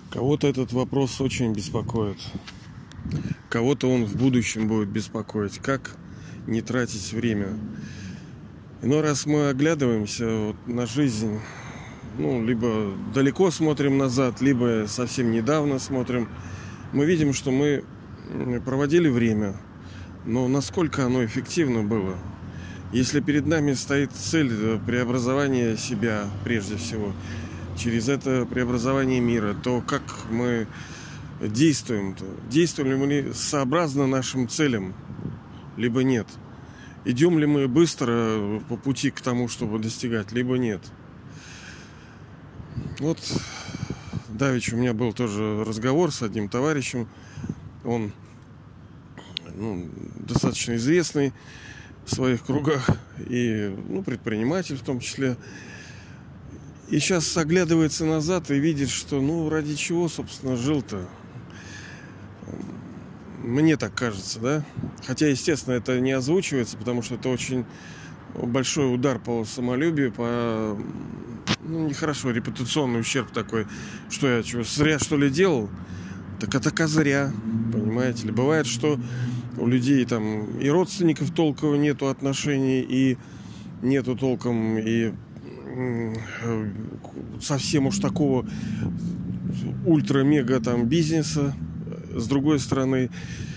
Кого-то этот вопрос очень беспокоит. Кого-то он в будущем будет беспокоить. Как не тратить время? Иной раз мы оглядываемся на жизнь, либо далеко смотрим назад, либо совсем недавно смотрим. Мы видим, что мы проводили время, но насколько оно эффективно было? Если перед нами стоит цель преобразования себя прежде всего, через это преобразование мира, то как мы действуем-то? Действуем ли мы сообразно нашим целям, либо нет? Идем ли мы быстро по пути к тому, чтобы достигать, либо нет? Вот давеча у меня был тоже разговор с одним товарищем. Он достаточно известный в своих кругах и предприниматель в том числе. И сейчас оглядывается назад и видит, что ради чего, собственно, жил-то. Мне так кажется, да? Хотя, естественно, это не озвучивается, потому что это очень большой удар по самолюбию, по нехорошо, репутационный ущерб такой, что я зря что ли делал? Так это козыря, понимаете ли. Бывает, что у людей там и родственников толком нету отношений, и нету толком и совсем уж такого ультра-мега там бизнеса. С другой стороны,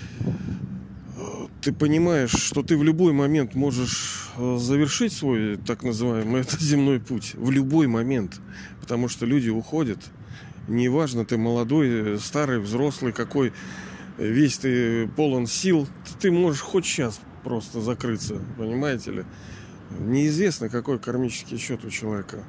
ты понимаешь, что ты в любой момент можешь завершить свой так называемый земной путь. В любой момент. Потому что люди уходят. Неважно, ты молодой, старый, взрослый, какой, весь ты полон сил. Ты можешь хоть сейчас просто закрыться. Понимаете ли? Неизвестно, какой кармический счет у человека.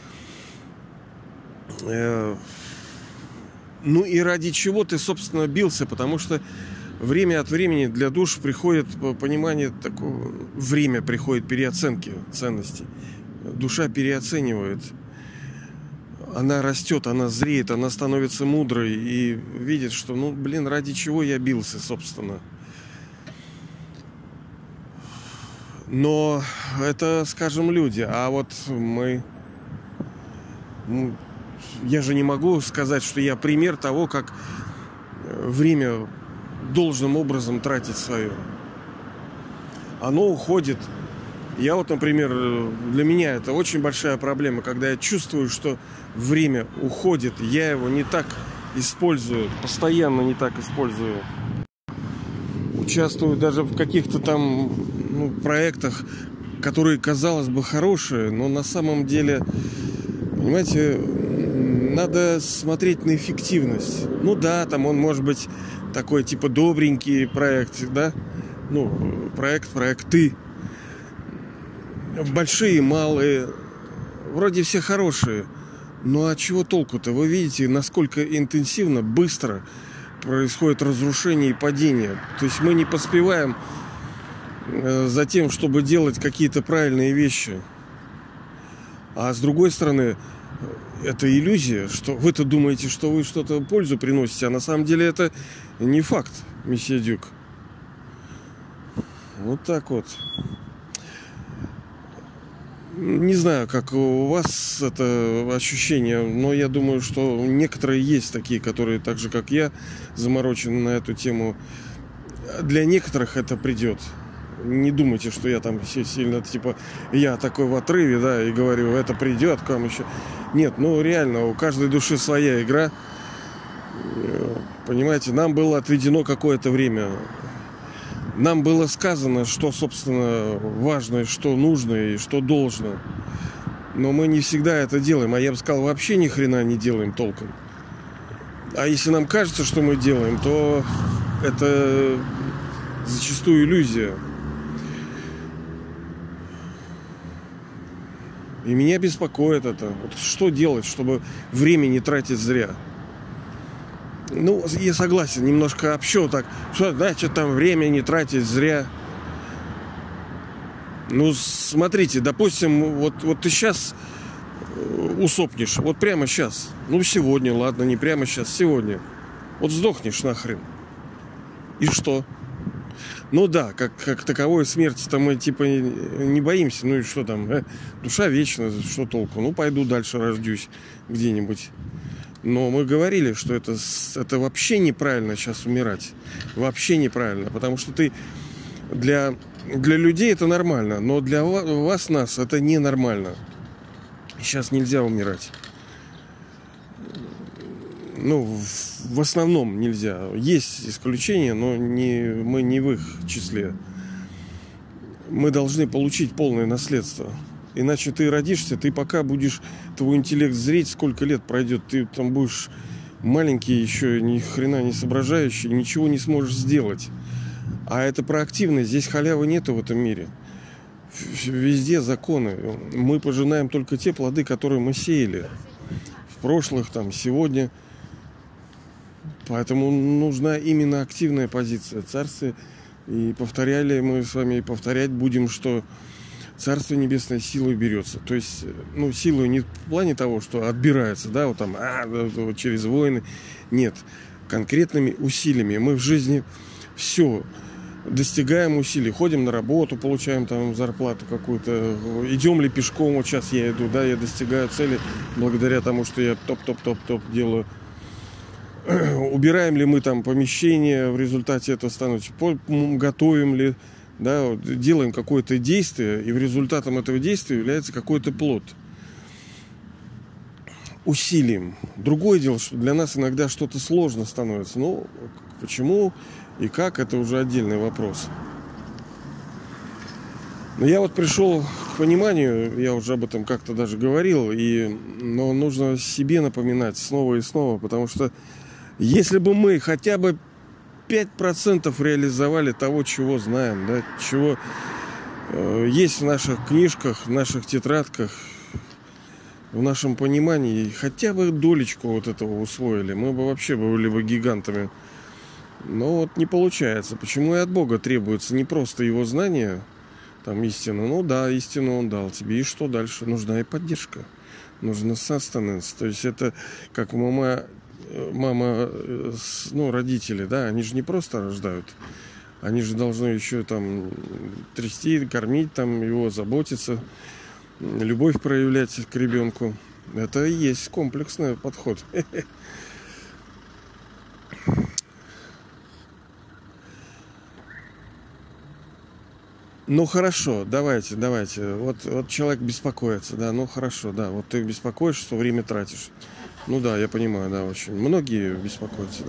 И ради чего ты, собственно, бился? Потому что время от времени для душ приходит понимание такого... Время приходит переоценки ценностей. Душа переоценивает. Она растет, она зреет, она становится мудрой и видит, что, ради чего я бился, собственно. Но это, скажем, люди. А вот мы... Я же не могу сказать, что я пример того, как время должным образом тратить свое. Оно уходит. Я например, для меня это очень большая проблема, когда я чувствую, что время уходит, я его не так использую, постоянно не так использую. Участвую даже в каких-то там проектах, которые, казалось бы, хорошие, но на самом деле, понимаете, надо смотреть на эффективность. Там он может быть такой типа добренький проект, да? Проекты. Большие, малые. Вроде все хорошие. Ну а чего толку-то? Вы видите, насколько интенсивно, быстро происходит разрушение и падение. То есть мы не поспеваем за тем, чтобы делать какие-то правильные вещи. А с другой стороны, это иллюзия, что вы-то думаете, что вы что-то пользу приносите, а на самом деле это не факт, месье Дюк. Вот так вот. Не знаю, как у вас это ощущение, но я думаю, что некоторые есть такие, которые так же, как я, заморочены на эту тему. Для некоторых это придет. Не думайте, что я там сильно, я такой в отрыве, да, и говорю, это придет к вам еще. Нет, реально, у каждой души своя игра. Понимаете, нам было отведено какое-то время. Нам было сказано, что, собственно, важно, и что нужно, и что должно. Но мы не всегда это делаем. А я бы сказал, вообще ни хрена не делаем толком. А если нам кажется, что мы делаем, то это зачастую иллюзия. И меня беспокоит это. Вот что делать, чтобы время не тратить зря? Я согласен, немножко общо так. Что значит там время не тратить зря? Смотрите, допустим, вот ты сейчас усопнешь. Вот прямо сейчас. Сегодня, ладно, не прямо сейчас, сегодня. Вот сдохнешь нахрен. И что? Да, как таковой смерти-то мы не боимся. И что там? Душа вечна, что толку? Пойду дальше рождусь где-нибудь. Но мы говорили, что это вообще неправильно сейчас умирать. Вообще неправильно. Потому что для людей это нормально, но для вас, нас, это ненормально. Сейчас нельзя умирать. В основном нельзя. Есть исключения, но мы не в их числе. Мы должны получить полное наследство. Иначе ты родишься, ты пока будешь, твой интеллект зреть, сколько лет пройдет, ты там будешь маленький еще, ни хрена не соображающий, ничего не сможешь сделать. А это про активность, здесь халявы нету в этом мире. Везде законы. Мы пожинаем только те плоды, которые мы сеяли. В прошлых, сегодня. Поэтому нужна именно активная позиция. Царствие, и повторяли мы с вами, и повторять будем, что Царство Небесное силой берется. То есть, силой не в плане того, что отбирается, через войны. Нет. Конкретными усилиями. Мы в жизни все достигаем усилий. Ходим на работу, получаем там зарплату какую-то. Идем ли пешком? Вот сейчас я иду, я достигаю цели благодаря тому, что я топ делаю. Убираем ли мы там помещение, в результате этого становится, готовим ли, делаем какое-то действие, и в результатом этого действия является какой-то плод. Усилием. Другое дело, что для нас иногда что-то сложно становится. Почему и как, это уже отдельный вопрос. Но я пришел к пониманию, я уже об этом как-то даже говорил, но нужно себе напоминать снова и снова, потому что если бы мы хотя бы 5% реализовали того, чего знаем, чего есть в наших книжках, в наших тетрадках, в нашем понимании, хотя бы долечку этого усвоили, мы бы вообще были бы гигантами. Но не получается. Почему и от Бога требуется не просто его знание, истина. Истину он дал тебе. И что дальше? Нужна и поддержка. Нужна sustenance. То есть это как мама, родители, они же не просто рождают. Они же должны еще трясти, кормить его, заботиться, любовь проявлять к ребенку. Это и есть комплексный подход. Хорошо, давайте. Вот человек беспокоится, хорошо, вот ты беспокоишься, что время тратишь. Я понимаю, очень. Многие беспокоятся,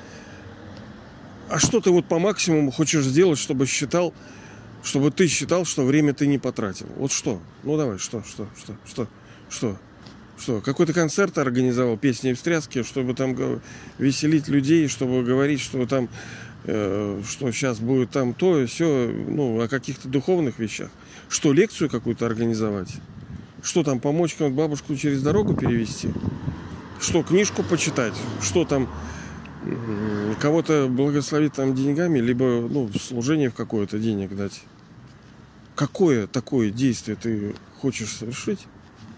А что ты по максимуму хочешь сделать, чтобы ты считал, что время ты не потратил? Вот что? Давай, что? Что? Какой-то концерт организовал, песни и встряски, чтобы веселить людей, чтобы говорить, что что сейчас будет то и все, о каких-то духовных вещах. Что, лекцию какую-то организовать? Что помочь кому-то бабушку через дорогу перевести? Что, книжку почитать? Что кого-то благословить деньгами, либо служение в какое-то денег дать? Какое такое действие ты хочешь совершить,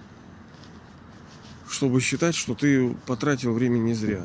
чтобы считать, что ты потратил время не зря?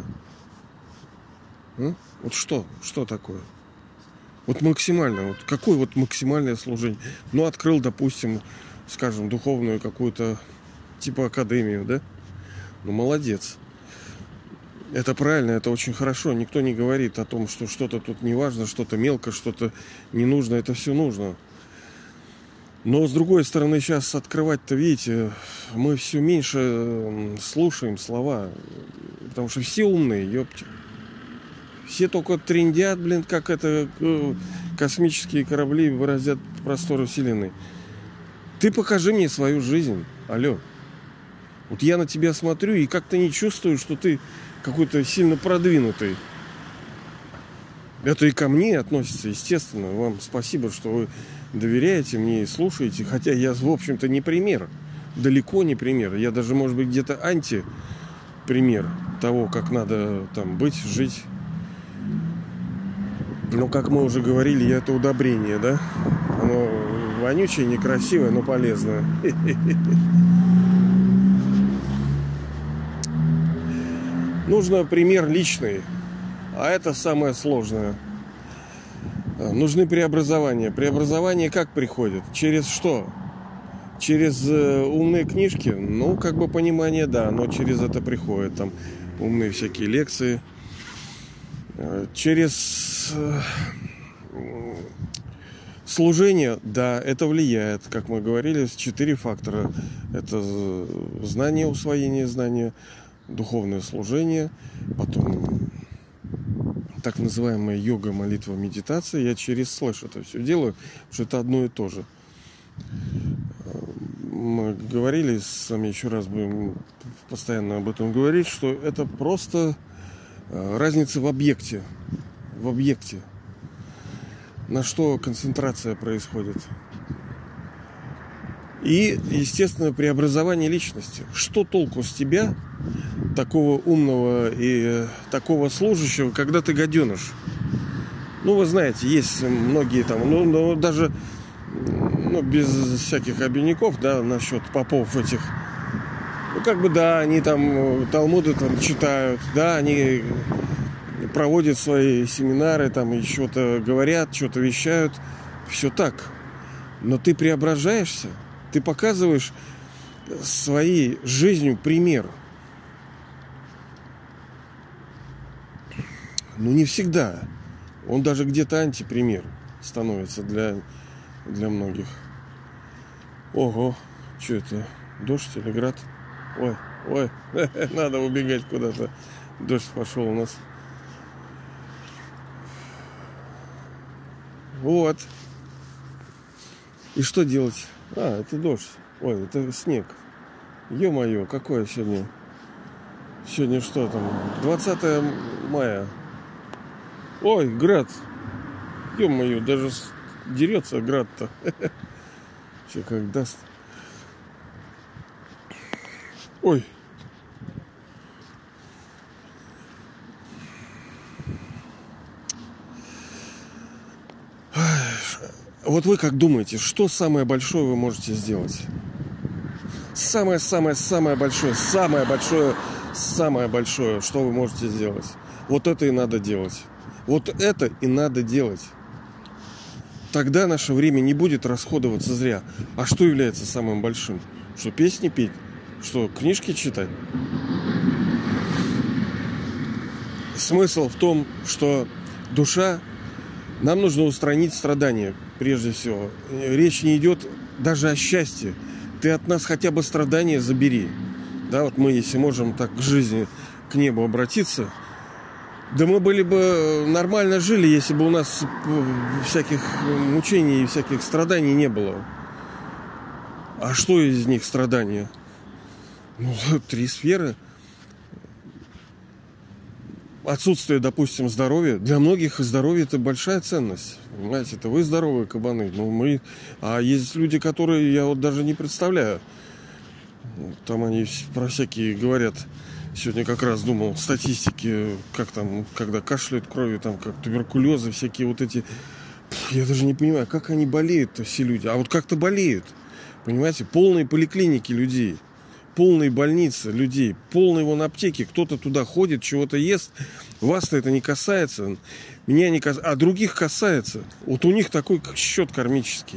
Вот что такое? Максимально, какое максимальное служение? Открыл, допустим, скажем, духовную какую-то типа академию, молодец. Это правильно, это очень хорошо. Никто не говорит о том, что что-то тут не важно, что-то мелко, что-то не нужно. Это все нужно. Но, с другой стороны, сейчас открывать-то, видите, мы все меньше слушаем слова. Потому что все умные, ёпти. Все только трындят, как космические корабли выразят просторы Вселенной. Ты покажи мне свою жизнь. Алло. Я на тебя смотрю и как-то не чувствую, что ты какой-то сильно продвинутый. Это и ко мне относится, естественно. Вам спасибо, что вы доверяете мне и слушаете. Хотя я, в общем-то, не пример. Далеко не пример. Я даже, может быть, где-то антипример того, как надо быть, жить. Но, как мы уже говорили, это удобрение, Оно вонючее, некрасивое, но полезное. Нужно пример личный, а это самое сложное. Нужны преобразования. Преобразования как приходят? Через что? Через умные книжки? Понимание, но через это приходит. умные всякие лекции. Через служение, да, это влияет, как мы говорили, 4 фактора. Это знание, усвоение знания, духовное служение, потом так называемая йога, молитва, медитация. Я через слэш это все делаю, потому что это одно и то же. Мы говорили с вами, еще раз будем постоянно об этом говорить, что это просто разница в объекте. В объекте. На что концентрация происходит. И, естественно, преобразование личности. Что толку с тебя, такого умного и такого служащего, когда ты гаденыш? Ну, вы знаете, есть многие там, ну даже без всяких обиняков, да, насчет попов этих. Ну, как бы, да, они там талмуды там читают, да, они проводят свои семинары, там и что-то говорят, что-то вещают. Все так. Но ты преображаешься, ты показываешь своей жизнью пример. Ну, не всегда. Он даже где-то антипример становится для многих. Ого, что это? Дождь или град? Ой, надо убегать куда-то. Дождь пошел у нас. Вот. И что делать? Это дождь. Ой, это снег. Ё-моё, какое сегодня? Сегодня что там? 20 мая. Ой, град. Ё-моё, даже дерется град-то. Все как даст. Ой. Вот вы как думаете, что самое большое вы можете сделать? Самое большое, что вы можете сделать? Вот это и надо делать. Вот это и надо делать. Тогда наше время не будет расходоваться зря. А что является самым большим? Что песни петь? Что книжки читать? Смысл в том, что душа, нам нужно устранить страдания, прежде всего. Речь не идет даже о счастье. Ты от нас хотя бы страдания забери. Да, вот мы, если можем так к жизни, к небу обратиться, да мы были бы нормально жили, если бы у нас всяких мучений и всяких страданий не было. А что из них страдания? 3 сферы. Отсутствие, допустим, здоровья. Для многих здоровье — это большая ценность. Понимаете, это вы здоровые кабаны. А есть люди, которые я вот даже не представляю. Там они про всякие говорят. Сегодня как раз думал статистики, как там, когда кашляют кровью, там, как туберкулезы, всякие вот эти. Я даже не понимаю, как они болеют-то, все люди. А вот как-то болеют. Понимаете, полные поликлиники людей. Полные больницы людей, полные вон аптеки, кто-то туда ходит, чего-то ест. Вас-то это не касается, меня не касается, а других касается. Вот у них такой счет кармический.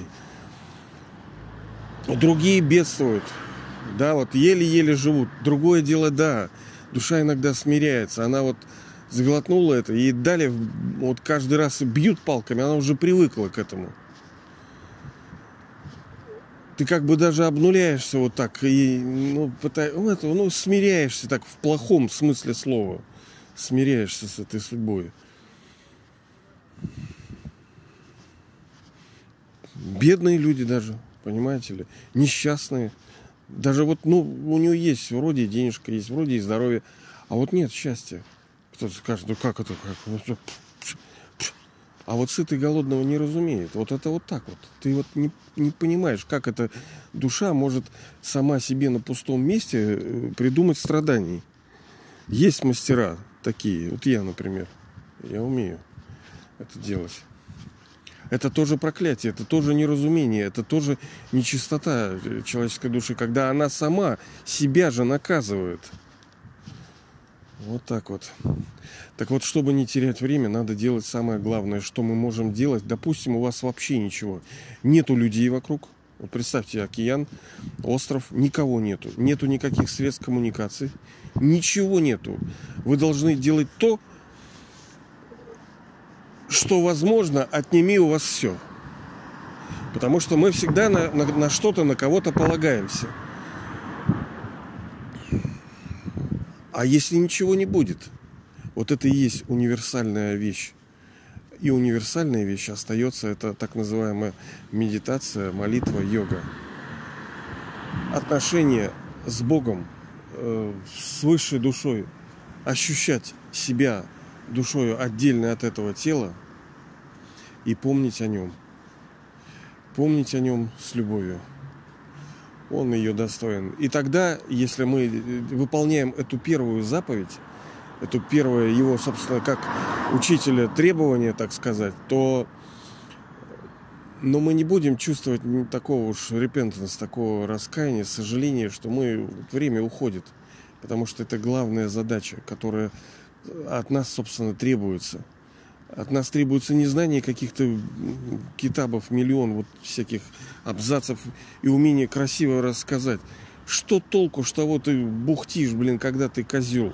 Другие бедствуют, да, вот еле-еле живут. Другое дело, да, душа иногда смиряется, она вот сглотнула это, и далее вот каждый раз бьют палками, она уже привыкла к этому. Ты как бы даже обнуляешься вот так и смиряешься так в плохом смысле слова. Смиряешься с этой судьбой. Бедные люди даже, понимаете ли, несчастные. Даже вот, у него есть вроде денежка, есть вроде и здоровье, а вот нет счастья. Кто-то скажет, как это, как? А вот сытый голодного не разумеет. Вот это вот так вот. Ты вот не понимаешь, как эта душа может сама себе на пустом месте придумать страданий. Есть мастера такие. Вот я, например. Я умею это делать. Это тоже проклятие, это тоже неразумение, это тоже нечистота человеческой души, когда она сама себя же наказывает. Вот так вот. Так вот, чтобы не терять время, надо делать самое главное, что мы можем делать. Допустим, у вас вообще ничего. Нету людей вокруг. Вот представьте, океан, остров, никого нету. Нету никаких средств коммуникаций. Ничего нету. Вы должны делать то, что возможно, отними у вас все. Потому что мы всегда на что-то, на кого-то полагаемся. А если ничего не будет? Вот это и есть универсальная вещь. И универсальная вещь остается, это так называемая медитация, молитва, йога. Отношение с Богом, с высшей душой, ощущать себя душою отдельно от этого тела и помнить о нем. Помнить о нем с любовью. Он ее достоин. И тогда, если мы выполняем эту первую заповедь, это первое его, собственно, как учителя требование, так сказать, то мы не будем чувствовать такого уж repentance, такого раскаяния, сожаления, что время уходит. Потому что это главная задача, которая от нас, собственно, требуется. От нас требуется не знание каких-то китабов, миллион вот всяких абзацев и умение красиво рассказать. Что толку, что вот ты бухтишь, когда ты козел?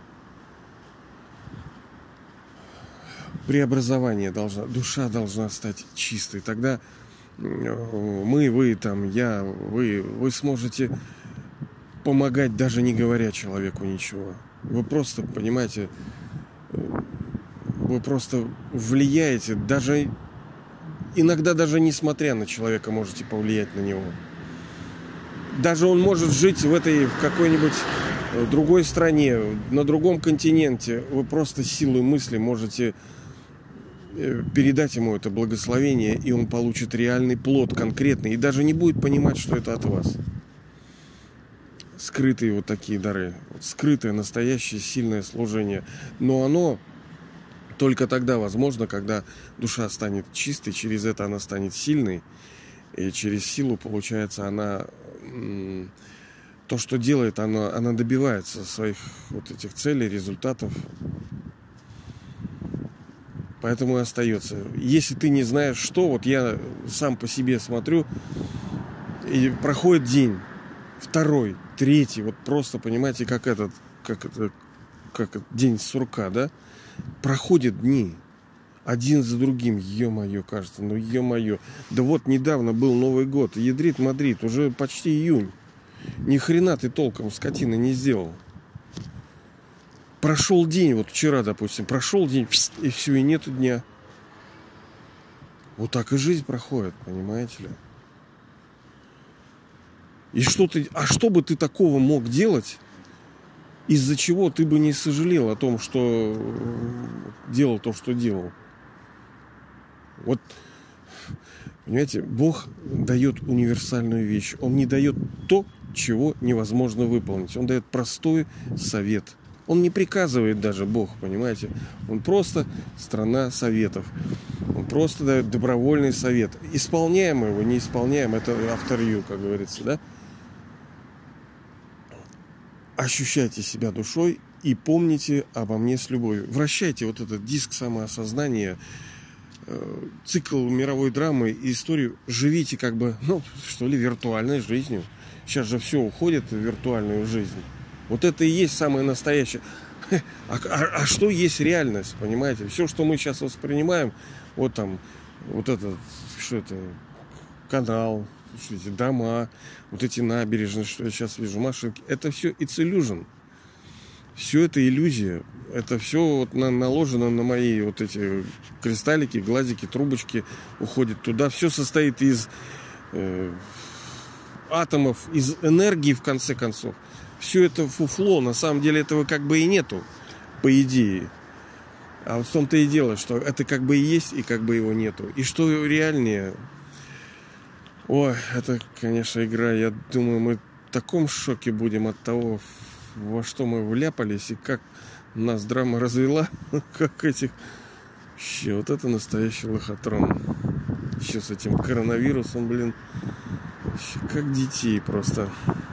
Преобразование душа должна стать чистой. Тогда вы сможете помогать, даже не говоря человеку ничего. Вы просто, понимаете, вы просто влияете, иногда даже несмотря на человека можете повлиять на него. Даже он может жить в какой-нибудь другой стране, на другом континенте. Вы просто силой мысли можете передать ему это благословение, и он получит реальный плод, конкретный, и даже не будет понимать, что это от вас. Скрытые вот такие дары, скрытое, настоящее, сильное служение. Но оно только тогда возможно, когда душа станет чистой, через это она станет сильной, и через силу, получается, она то, что делает, она добивается своих вот этих целей, результатов. Поэтому и остается. Если ты не знаешь, что, вот я сам по себе смотрю, и проходит день, второй, третий, вот просто, понимаете, как день сурка, да? Проходят дни, один за другим, ё-моё, кажется, ё-моё. Да вот недавно был Новый год, ядрит-мадрид, уже почти июнь. Ни хрена ты толком, скотина, не сделал. Прошел день, вот вчера, допустим, прошел день, и все, и нету дня. Вот так и жизнь проходит, понимаете ли? И что бы ты такого мог делать, из-за чего ты бы не сожалел о том, что делал то, что делал? Вот, понимаете, Бог дает универсальную вещь. Он не дает то, чего невозможно выполнить. Он дает простой совет. Он не приказывает даже, Бог, понимаете? Он просто страна советов. Он просто дает добровольный совет. Исполняем его, не исполняем, это автор ю, как говорится, да? Ощущайте себя душой и помните обо мне с любовью. Вращайте вот этот диск самоосознания, цикл мировой драмы и историю. Живите виртуальной жизнью. Сейчас же все уходит в виртуальную жизнь. Вот это и есть самое настоящее. А что есть реальность, понимаете? Все, что мы сейчас воспринимаем, канал, что эти дома, вот эти набережные, что я сейчас вижу, машинки, это все it's illusion. Все это иллюзия. Это все наложено на мои вот эти кристаллики, глазики, трубочки, уходит туда. Все состоит из атомов, из энергии, в конце концов. Все это фуфло, на самом деле этого и нету, по идее. А вот в том-то и дело, что это и есть, и его нету. И что реальнее? Ой, это, конечно, игра. Я думаю, мы в таком шоке будем от того, во что мы вляпались, и как нас драма развела, как этих... Вообще, вот это настоящий лохотрон. Еще с этим коронавирусом, Вообще, как детей просто.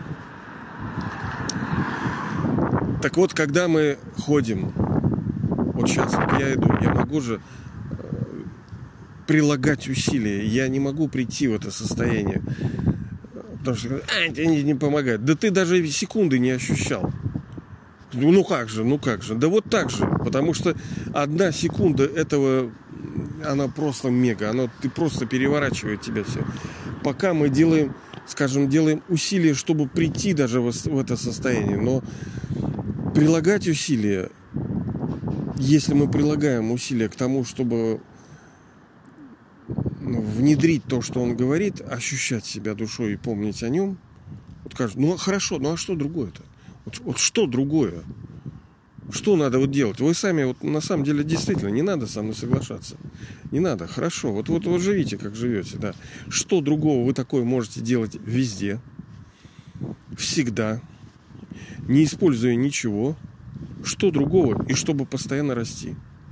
Так вот, когда мы ходим, вот сейчас вот я иду, я могу же прилагать усилия. Я не могу прийти в это состояние. Потому что тебе не помогает. Да ты даже секунды не ощущал. Ну как же. Да вот так же. Потому что 1 секунда этого, она просто мега. Ты просто переворачивает тебя все. Пока мы делаем усилия, чтобы прийти даже в это состояние. Но прилагать усилия, если мы прилагаем усилия к тому, чтобы внедрить то, что он говорит, ощущать себя душой и помнить о нем, вот кажется, ну хорошо, ну а что другое-то? Вот что другое? Что надо вот делать? Вы сами, вот на самом деле, действительно, не надо со мной соглашаться. Не надо, хорошо. Вот живите, как живете, да. Что другого вы такое можете делать везде, всегда, не используя ничего? Что другого? И чтобы постоянно расти?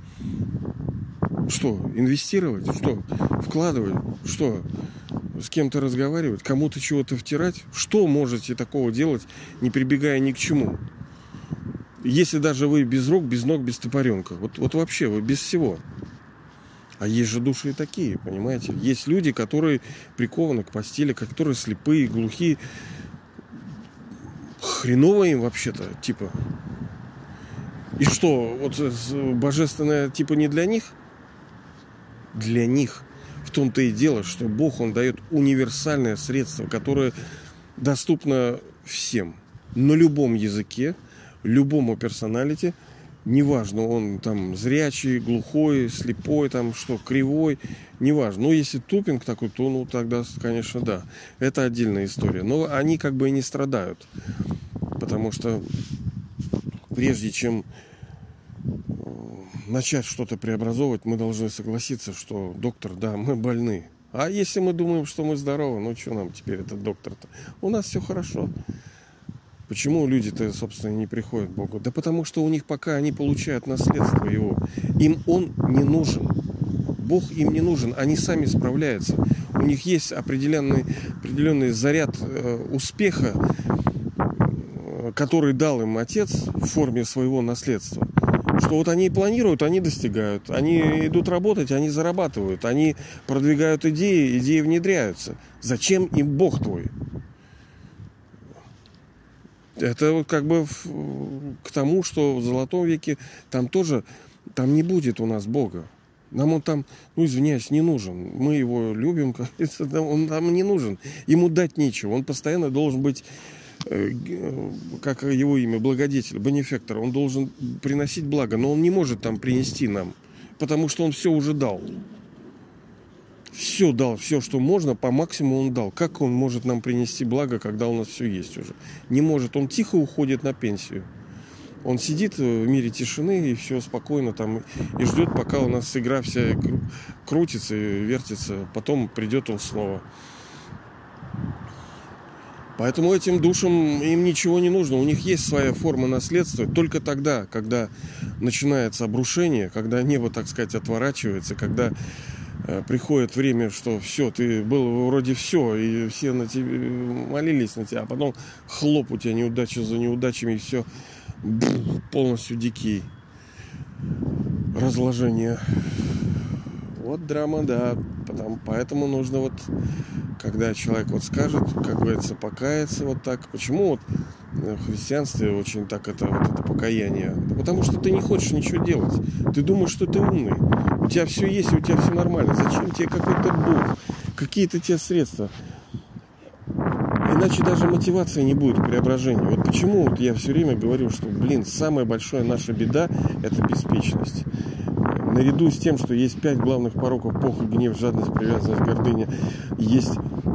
Что? Инвестировать? Что? Вкладывать? Что? С кем-то разговаривать? Кому-то чего-то втирать? Что можете такого делать, не прибегая ни к чему? Если даже вы без рук, без ног, без топоренка. Вот вообще вы без всего. А есть же души и такие, понимаете? Есть люди, которые прикованы к постели, которые слепые, глухие. Хреново им вообще-то, типа. И что, вот божественное типа не для них? Для них. В том-то и дело, что Бог, Он дает универсальное средство, которое доступно всем. На любом языке, любому персоналити. Неважно, он там зрячий, глухой, слепой, там что, кривой. Неважно. Ну, если тупинг такой, то, ну, тогда, конечно, да. Это отдельная история. Но они как бы и не страдают. Потому что прежде чем начать что-то преобразовывать, мы должны согласиться, что доктор, да, мы больны. А если мы думаем, что мы здоровы, ну что нам теперь этот доктор-то? У нас все хорошо. Почему люди-то, собственно, не приходят к Богу? Да потому что у них пока они получают наследство его. Им он не нужен. Бог им не нужен. Они сами справляются. У них есть определенный заряд успеха, который дал им Отец в форме своего наследства. Что вот они планируют, они достигают. Они идут работать, они зарабатывают. Они продвигают идеи внедряются. Зачем им Бог твой? Это вот как бы к тому, что в Золотом веке там не будет у нас Бога. Нам он там, ну извиняюсь, не нужен. Мы его любим, он нам не нужен. Ему дать нечего. Он постоянно должен быть, как его имя, благодетель, бенефактор. Он должен приносить благо, но он не может там принести нам, потому что он все уже дал. Все дал, все, что можно, по максимуму он дал. Как он может нам принести благо, когда у нас все есть уже? Не может. Он тихо уходит на пенсию. Он сидит в мире тишины и все спокойно там и ждет, пока у нас игра вся крутится и вертится. Потом придет он снова. Поэтому этим душам им ничего не нужно. У них есть своя форма наследства. Только тогда, когда начинается обрушение, когда небо, так сказать, отворачивается, когда приходит время, что все, ты был вроде все, и все на тебя молились на тебя, а потом хлоп, у тебя неудача за неудачами, и все полностью дикий. Разложение. Вот драма, да. Поэтому нужно вот, когда человек вот скажет, как говорится, покаяться вот так. Почему вот в христианстве очень так это покаяние? Да потому что ты не хочешь ничего делать. Ты думаешь, что ты умный. У тебя все есть, и у тебя все нормально. Зачем тебе какой-то Бог? Какие-то те средства? Иначе даже мотивации не будет к преображению. Вот почему вот я все время говорю, что, самая большая наша беда – это беспечность. Наряду с тем, что есть 5 главных пороков: похоть, гнев, жадность, привязанность, гордыня, есть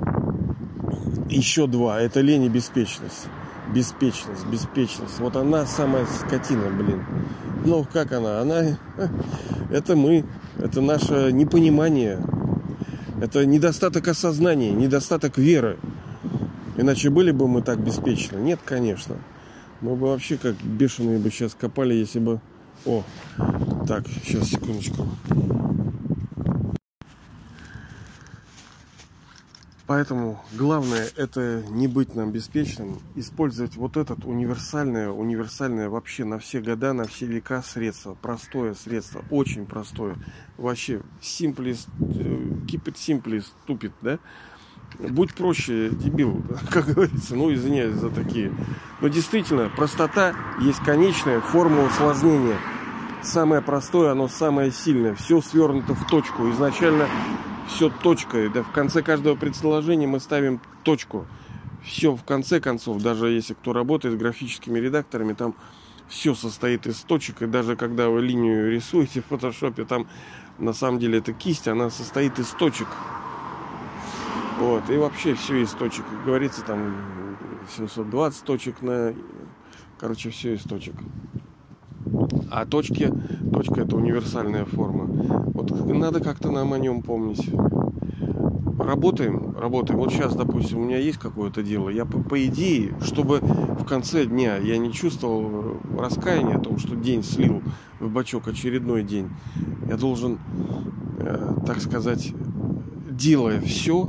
еще 2. Это лень и беспечность. Беспечность. Вот она самая скотина, Ну, как она? Это мы. Это наше непонимание. Это недостаток осознания, недостаток веры. Иначе были бы мы так беспечны? Нет, конечно. Мы бы вообще как бешеные бы сейчас копали, если бы... Так, сейчас, секундочку. Поэтому главное это не быть нам беспечным, использовать вот этот универсальное вообще на все года, на все века средство. Простое средство, очень простое. Вообще, simple, keep it simple, stupid, да? Будь проще, дебил, как говорится, ну извиняюсь за такие. Но действительно, простота есть конечная форма усложнения. Самое простое, оно самое сильное. Все свернуто в точку. Изначально все точкой. Да, в конце каждого предложения мы ставим точку. Все в конце концов, даже если кто работает с графическими редакторами, там все состоит из точек. И даже когда вы линию рисуете в фотошопе, там на самом деле это кисть, она состоит из точек. Вот, и вообще все из точек. Как говорится, там 720 точек на... Короче, все из точек. А точка это универсальная форма. Вот надо как-то нам о нем помнить. Работаем. Вот сейчас, допустим, у меня есть какое-то дело. Я по идее, чтобы в конце дня я не чувствовал раскаяния о том, что день слил в бачок очередной день. Я должен, так сказать, делая все,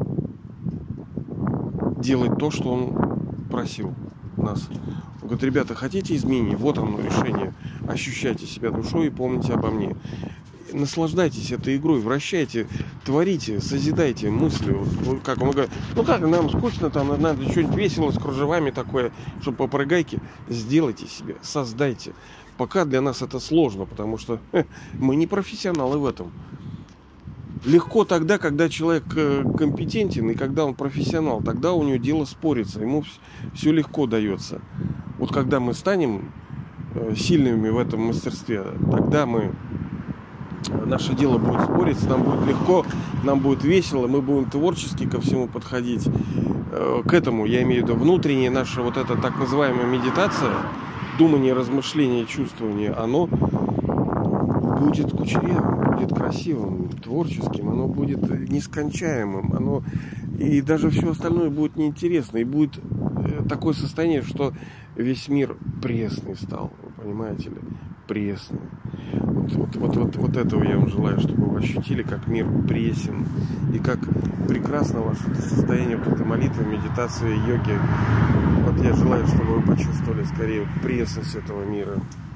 делать то, что он просил нас. Он говорит: ребята, хотите изменений? Вот оно решение. Ощущайте себя душой и помните обо мне. Наслаждайтесь этой игрой, вращайте, творите, созидайте мысли. Вот как он говорит: ну как, нам скучно, там надо что-нибудь весело с кружевами такое, чтобы попрыгайки. Сделайте себе, создайте. Пока для нас это сложно, потому что мы не профессионалы в этом. Легко тогда, когда человек компетентен и когда он профессионал, тогда у него дело спорится, ему все легко дается. Вот когда мы станем сильными в этом мастерстве, тогда наше дело будет спориться, нам будет легко, нам будет весело, мы будем творчески ко всему подходить. К этому, я имею в виду, внутренняя наша вот эта так называемая медитация, думание, размышление, чувствование, оно будет кучерявым, будет красивым, творческим, оно будет нескончаемым, и даже все остальное будет неинтересно, и будет такое состояние, что весь мир пресный стал, вы понимаете ли, пресный. Вот этого я вам желаю, чтобы вы ощутили, как мир пресен, и как прекрасно ваше состояние, вот эта молитва, медитация, йоги. Вот я желаю, чтобы вы почувствовали скорее пресность этого мира.